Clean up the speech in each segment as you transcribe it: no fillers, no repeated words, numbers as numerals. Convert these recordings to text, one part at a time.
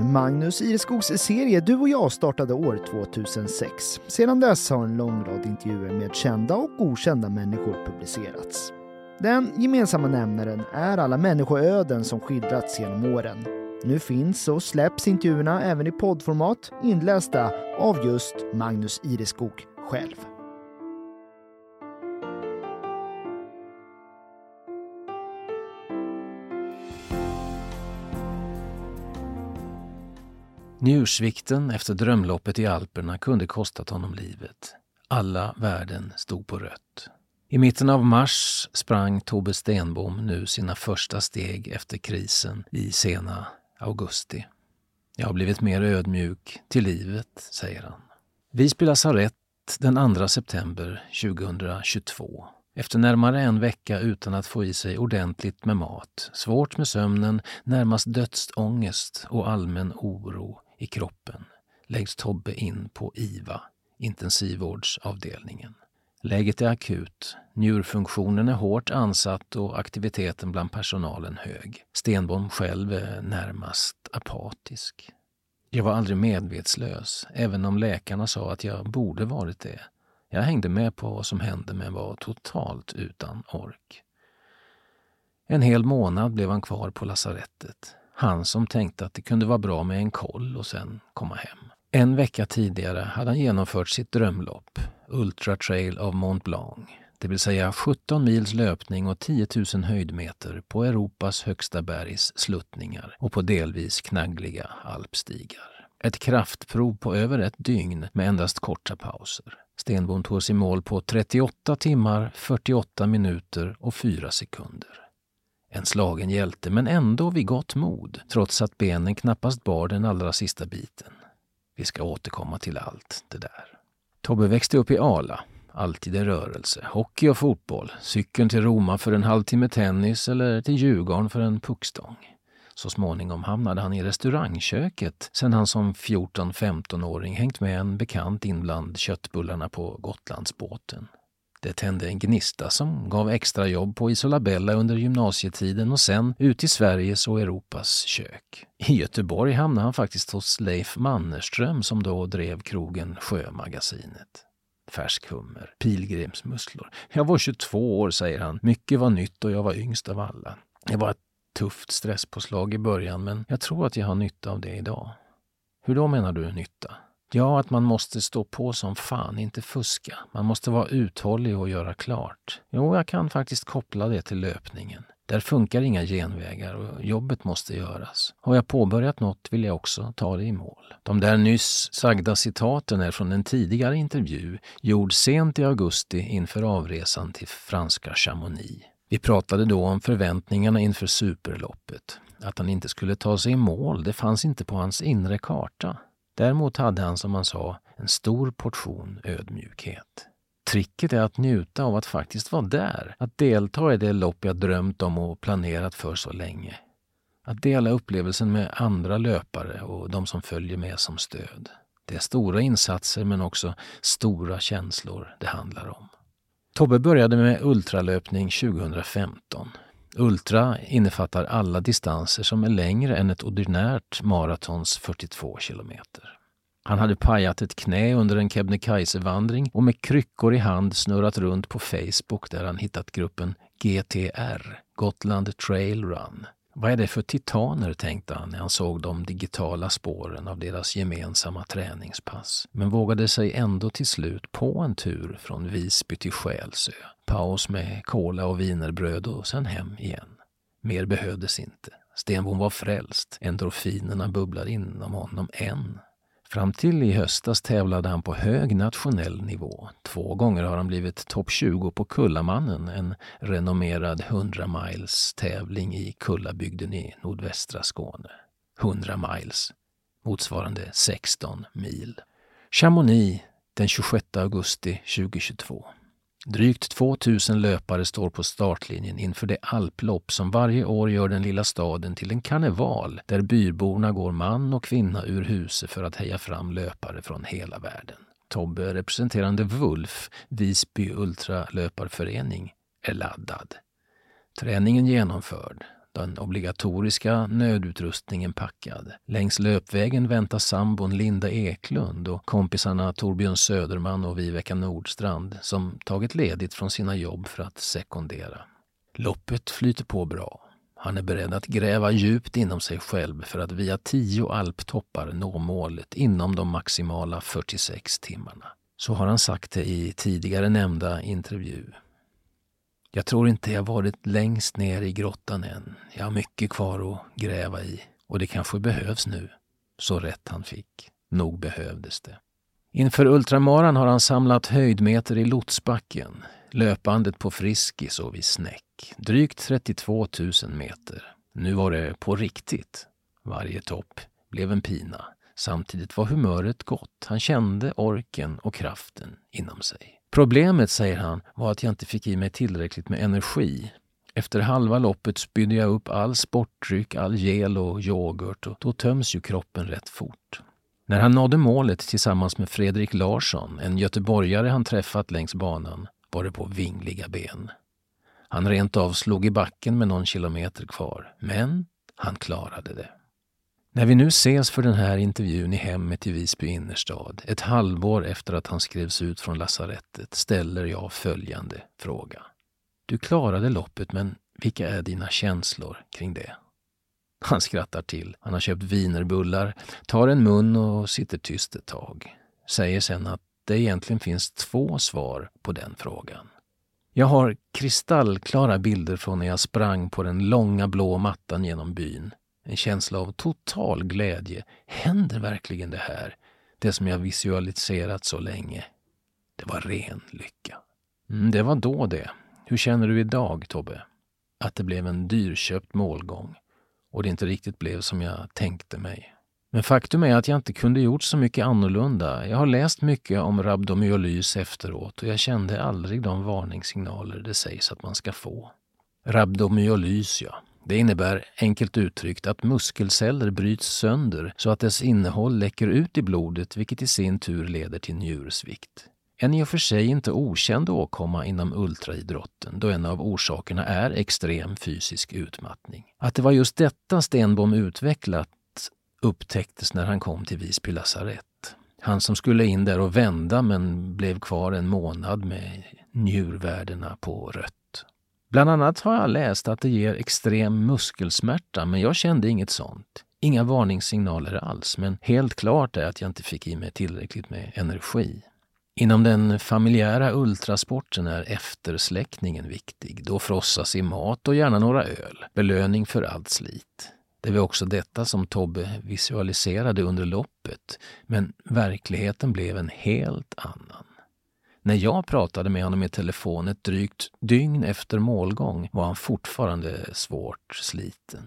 Magnus Ireskogs serie Du och jag startade år 2006. Sedan dess har en lång rad intervjuer med kända och okända människor publicerats. Den gemensamma nämnaren är alla människoöden som skildrats genom åren. Nu finns och släpps intervjuerna även i poddformat inlästa av just Magnus Ireskog själv. Njursvikten efter drömloppet i Alperna kunde kostat honom livet. Alla värden stod på rött. I mitten av mars sprang Tobbe Stenbom nu sina första steg efter krisen i sena augusti. Jag har blivit mer ödmjuk till livet, säger han. Visby lasarett den 2 september 2022. Efter närmare en vecka utan att få i sig ordentligt med mat, svårt med sömnen, närmast dödsångest och allmän oro i kroppen, läggs Tobbe in på IVA, intensivvårdsavdelningen. Läget är akut, njurfunktionen är hårt ansatt och aktiviteten bland personalen hög. Stenbom själv är närmast apatisk. Jag var aldrig medvetslös, även om läkarna sa att jag borde varit det. Jag hängde med på vad som hände men var totalt utan ork. En hel månad blev han kvar på lasarettet. Han som tänkte att det kunde vara bra med en koll och sen komma hem. En vecka tidigare hade han genomfört sitt drömlopp, Ultra Trail of Mont Blanc. Det vill säga 17 mils löpning och 10 000 höjdmeter på Europas högsta bergs sluttningar och på delvis knaggliga alpstigar. Ett kraftprov på över ett dygn med endast korta pauser. Stenbom tog sig mål på 38 timmar, 48 minuter och 4 sekunder. En slagen hjälte men ändå vid gott mod, trots att benen knappast bar den allra sista biten. Vi ska återkomma till allt det där. Tobbe växte upp i Ala, alltid i rörelse, hockey och fotboll, cykeln till Roma för en halvtimme tennis eller till Djurgården för en puckstång. Så småningom hamnade han i restaurangköket sen han som 14-15-åring hängt med en bekant in bland köttbullarna på Gotlandsbåten. Det tände en gnista som gav extra jobb på Isolabella under gymnasietiden och sen ut i Sveriges och Europas kök. I Göteborg hamnade han faktiskt hos Leif Mannerström som då drev krogen Sjömagasinet. Färsk hummer, pilgrimsmusslor. Jag var 22 år, säger han. Mycket var nytt och jag var yngst av alla. Det var ett tufft stresspåslag i början men jag tror att jag har nytta av det idag. Hur då menar du nytta? Ja, att man måste stå på som fan, inte fuska. Man måste vara uthållig och göra klart. Jo, jag kan faktiskt koppla det till löpningen. Där funkar inga genvägar och jobbet måste göras. Har jag påbörjat något vill jag också ta det i mål. De där nyss sagda citaten är från en tidigare intervju gjord sent i augusti inför avresan till franska Chamonix. Vi pratade då om förväntningarna inför superloppet. Att han inte skulle ta sig i mål, det fanns inte på hans inre karta. Däremot hade han, som han sa, en stor portion ödmjukhet. Tricket är att njuta av att faktiskt vara där. Att delta i det lopp jag drömt om och planerat för så länge. Att dela upplevelsen med andra löpare och de som följer med som stöd. Det är stora insatser men också stora känslor det handlar om. Tobbe började med ultralöpning 2015. Ultra innefattar alla distanser som är längre än ett ordinärt maratons 42 kilometer. Han hade pajat ett knä under en Kebnekaise-vandring och med kryckor i hand snurrat runt på Facebook där han hittat gruppen GTR, Gotland Trail Run. Vad är det för titaner, tänkte han när han såg de digitala spåren av deras gemensamma träningspass. Men vågade sig ändå till slut på en tur från Visby till Skälsö. Paus med kola och vinerbröd och sen hem igen. Mer behövdes inte. Stenbom var frälst. Endorfinerna bubblar inom honom än. Fram till i höstas tävlade han på hög nationell nivå. 2 gånger har han blivit topp 20 på Kullamannen, en renommerad 100 miles tävling i Kullabygden i nordvästra Skåne. 100 miles, motsvarande 16 mil. Chamonix den 26 augusti 2022. Drygt 2000 löpare står på startlinjen inför det alplopp som varje år gör den lilla staden till en karneval där byborna går man och kvinna ur huset för att heja fram löpare från hela världen. Tobbe, representerande Wulf, Visby ultralöparförening, är laddad. Träningen genomförd. Den obligatoriska nödutrustningen packad. Längs löpvägen väntar sambon Linda Eklund och kompisarna Torbjörn Söderman och Viveka Nordstrand som tagit ledigt från sina jobb för att sekundera. Loppet flyter på bra. Han är beredd att gräva djupt inom sig själv för att via 10 alptoppar nå målet inom de maximala 46 timmarna. Så har han sagt det i tidigare nämnda intervju. Jag tror inte jag varit längst ner i grottan än. Jag har mycket kvar att gräva i. Och det kanske behövs nu. Så rätt han fick. Nog behövdes det. Inför ultramaran har han samlat höjdmeter i Lotsbacken. Löpandet på Friskis och vid Snäck. Drygt 32 000 meter. Nu var det på riktigt. Varje topp blev en pina. Samtidigt var humöret gott. Han kände orken och kraften inom sig. Problemet, säger han, var att jag inte fick i mig tillräckligt med energi. Efter halva loppet spydde jag upp all sportdryck, all gel och yoghurt och då töms ju kroppen rätt fort. När han nådde målet tillsammans med Fredrik Larsson, en göteborgare han träffat längs banan, var det på vingliga ben. Han rent av slog i backen med någon kilometer kvar, men han klarade det. När vi nu ses för den här intervjun i hemmet i Visby innerstad, ett halvår efter att han skrevs ut från lasarettet, ställer jag följande fråga. Du klarade loppet, men vilka är dina känslor kring det? Han skrattar till. Han har köpt wienerbullar, tar en mun och sitter tyst ett tag. Säger sen att det egentligen finns 2 svar på den frågan. Jag har kristallklara bilder från när jag sprang på den långa blå mattan genom byn. En känsla av total glädje. Händer verkligen det här? Det som jag visualiserat så länge. Det var ren lycka. Det var då det. Hur känner du idag, Tobbe? Att det blev en dyrköpt målgång. Och det inte riktigt blev som jag tänkte mig. Men faktum är att jag inte kunde gjort så mycket annorlunda. Jag har läst mycket om rhabdomyolys efteråt och jag kände aldrig de varningssignaler det sägs att man ska få. Rhabdomyolys, ja. Det innebär enkelt uttryckt att muskelceller bryts sönder så att dess innehåll läcker ut i blodet, vilket i sin tur leder till njursvikt. En i och för sig inte okänd åkomma inom ultraidrotten, då en av orsakerna är extrem fysisk utmattning. Att det var just detta Stenbom utvecklat upptäcktes när han kom till Visby lasarett. Han som skulle in där och vända men blev kvar en månad med njurvärdena på rött. Bland annat har jag läst att det ger extrem muskelsmärta, men jag kände inget sånt. Inga varningssignaler alls, men helt klart är att jag inte fick i mig tillräckligt med energi. Inom den familjära ultrasporten är eftersläckningen viktig. Då frossas i mat och gärna några öl. Belöning för allt slit. Det var också detta som Tobbe visualiserade under loppet, men verkligheten blev en helt annan. När jag pratade med honom i telefon ett drygt dygn efter målgång var han fortfarande svårt sliten.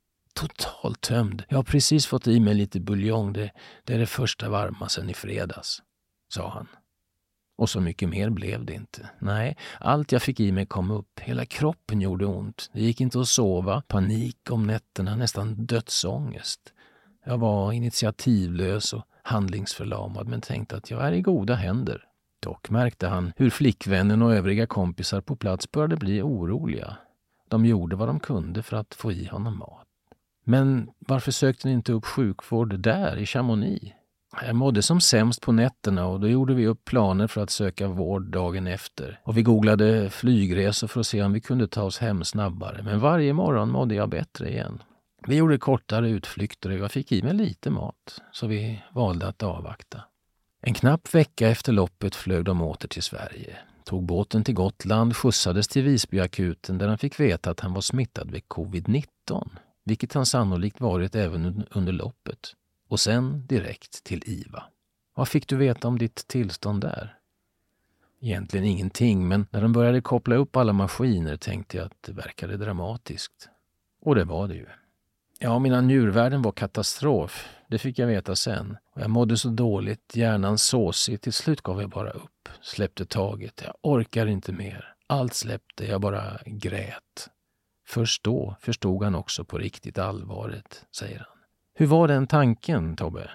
Totalt tömd. Jag har precis fått i mig lite buljong. Det är det första varma sedan i fredags, sa han. Och så mycket mer blev det inte. Nej, allt jag fick i mig kom upp. Hela kroppen gjorde ont. Det gick inte att sova. Panik om nätterna, nästan dödsångest. Jag var initiativlös och handlingsförlamad men tänkte att jag är i goda händer. Dock märkte han hur flickvännen och övriga kompisar på plats började bli oroliga. De gjorde vad de kunde för att få i honom mat. Men varför sökte ni inte upp sjukvård där i Chamonix? Jag mådde som sämst på nätterna och då gjorde vi upp planer för att söka vård dagen efter. Och vi googlade flygresor för att se om vi kunde ta oss hem snabbare. Men varje morgon mådde jag bättre igen. Vi gjorde kortare utflykter och jag fick i mig lite mat, så vi valde att avvakta. En knapp vecka efter loppet flög de åter till Sverige. Tog båten till Gotland, skjutsades till Visbyakuten där han fick veta att han var smittad vid covid-19. Vilket han sannolikt varit även under loppet. Och sen direkt till IVA. Vad fick du veta om ditt tillstånd där? Egentligen ingenting, men när de började koppla upp alla maskiner tänkte jag att det verkade dramatiskt. Och det var det ju. Ja, mina njurvärden var katastrof. Det fick jag veta sen. Och jag mådde så dåligt, hjärnan såsig. Till slut gav jag bara upp. Släppte taget. Jag orkar inte mer. Allt släppte, jag bara grät. Först då förstod han också på riktigt allvaret, säger han. Hur var den tanken, Tobbe?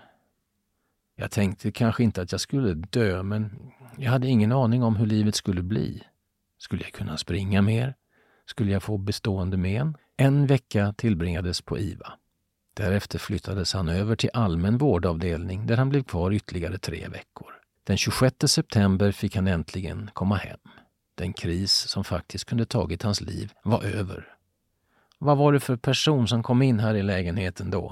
Jag tänkte kanske inte att jag skulle dö, men jag hade ingen aning om hur livet skulle bli. Skulle jag kunna springa mer? Skulle jag få bestående men? 1 vecka tillbringades på IVA. Därefter flyttades han över till allmän vårdavdelning där han blev kvar ytterligare 3 veckor. Den 26 september fick han äntligen komma hem. Den kris som faktiskt kunde tagit hans liv var över. Vad var det för person som kom in här i lägenheten då?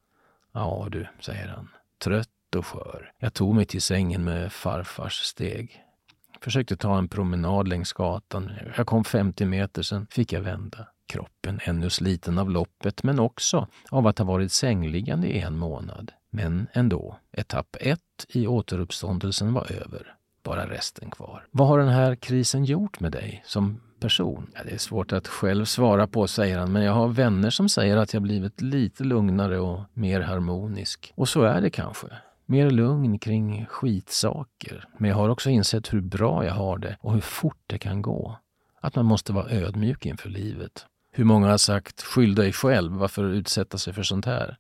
Ja du, säger han. Trött och skör. Jag tog mig till sängen med farfars steg. Försökte ta en promenad längs gatan. Jag kom 50 meter, sen fick jag vända. Kroppen ännu sliten av loppet, men också av att ha varit sängliggande i 1 månad. Men ändå, etapp 1 i återuppståndelsen var över. Bara resten kvar. Vad har den här krisen gjort med dig som person? Ja, det är svårt att själv svara på, säger han, men jag har vänner som säger att jag blivit lite lugnare och mer harmonisk. Och så är det kanske. Mer lugn kring skitsaker. Men jag har också insett hur bra jag har det och hur fort det kan gå. Att man måste vara ödmjuk inför livet. Hur många har sagt, skyll dig själv, varför utsätta sig för sånt här?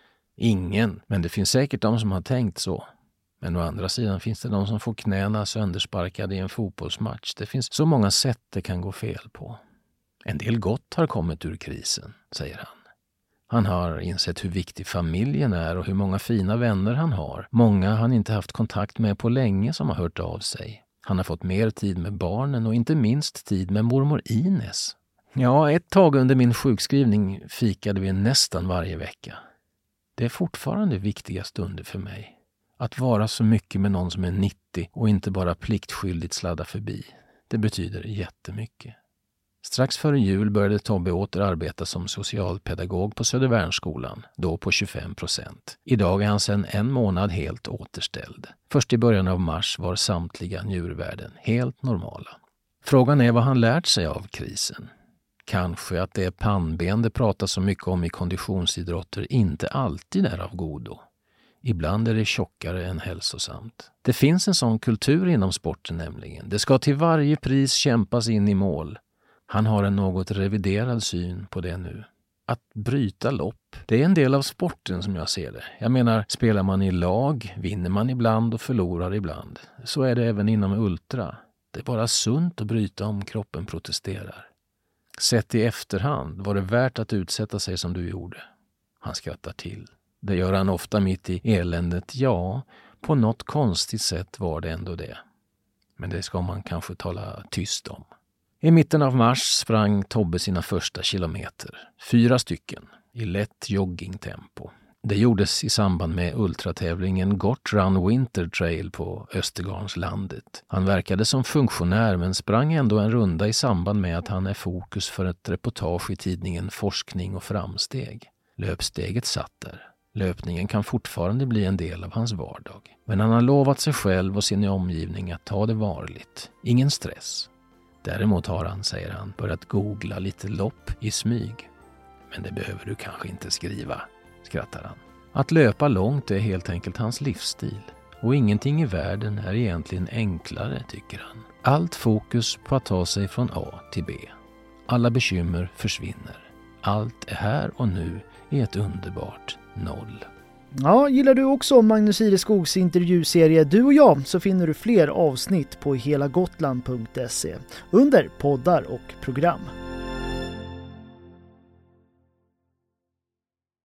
Ingen, men det finns säkert de som har tänkt så. Men å andra sidan finns det de som får knäna söndersparkade i en fotbollsmatch. Det finns så många sätt det kan gå fel på. En del gott har kommit ur krisen, säger han. Han har insett hur viktig familjen är och hur många fina vänner han har. Många han inte haft kontakt med på länge som har hört av sig. Han har fått mer tid med barnen och inte minst tid med mormor Ines. Ja, ett tag under min sjukskrivning fikade vi nästan varje vecka. Det är fortfarande viktiga stunder för mig. Att vara så mycket med någon som är 90 och inte bara pliktskyldigt sladda förbi. Det betyder jättemycket. Strax före jul började Tobbe åter arbeta som socialpedagog på Södervärnsskolan, då på 25%. Idag är han sedan 1 månad helt återställd. Först i början av mars var samtliga njurvärden helt normala. Frågan är vad han lärt sig av krisen. Kanske att det pannben det pratas så mycket om i konditionsidrotter inte alltid är av godo. Ibland är det tjockare än hälsosamt. Det finns en sån kultur inom sporten nämligen. Det ska till varje pris kämpas in i mål. Han har en något reviderad syn på det nu. Att bryta lopp, det är en del av sporten som jag ser det. Jag menar, spelar man i lag, vinner man ibland och förlorar ibland. Så är det även inom ultra. Det är bara sunt att bryta om kroppen protesterar. Sett i efterhand, var det värt att utsätta sig som du gjorde? Han skrattar till. Det gör han ofta mitt i eländet. Ja, på något konstigt sätt var det ändå det. Men det ska man kanske tala tyst om. I mitten av mars sprang Tobbe sina första kilometer. 4 stycken, i lätt joggingtempo. Det gjordes i samband med ultratävlingen Gott Run Winter Trail på Östergarnslandet. Han verkade som funktionär men sprang ändå en runda i samband med att han är fokus för ett reportage i tidningen Forskning och framsteg. Löpsteget satt där. Löpningen kan fortfarande bli en del av hans vardag. Men han har lovat sig själv och sin omgivning att ta det varligt. Ingen stress. Däremot har han, säger han, börjat googla lite lopp i smyg. Men det behöver du kanske inte skriva, skrattar han. Att löpa långt är helt enkelt hans livsstil. Och ingenting i världen är egentligen enklare, tycker han. Allt fokus på att ta sig från A till B. Alla bekymmer försvinner. Allt är här och nu i ett underbart noll. Ja, gillar du också Magnus Ireskogs intervjuserie Du och jag, så finner du fler avsnitt på helagotland.se under poddar och program.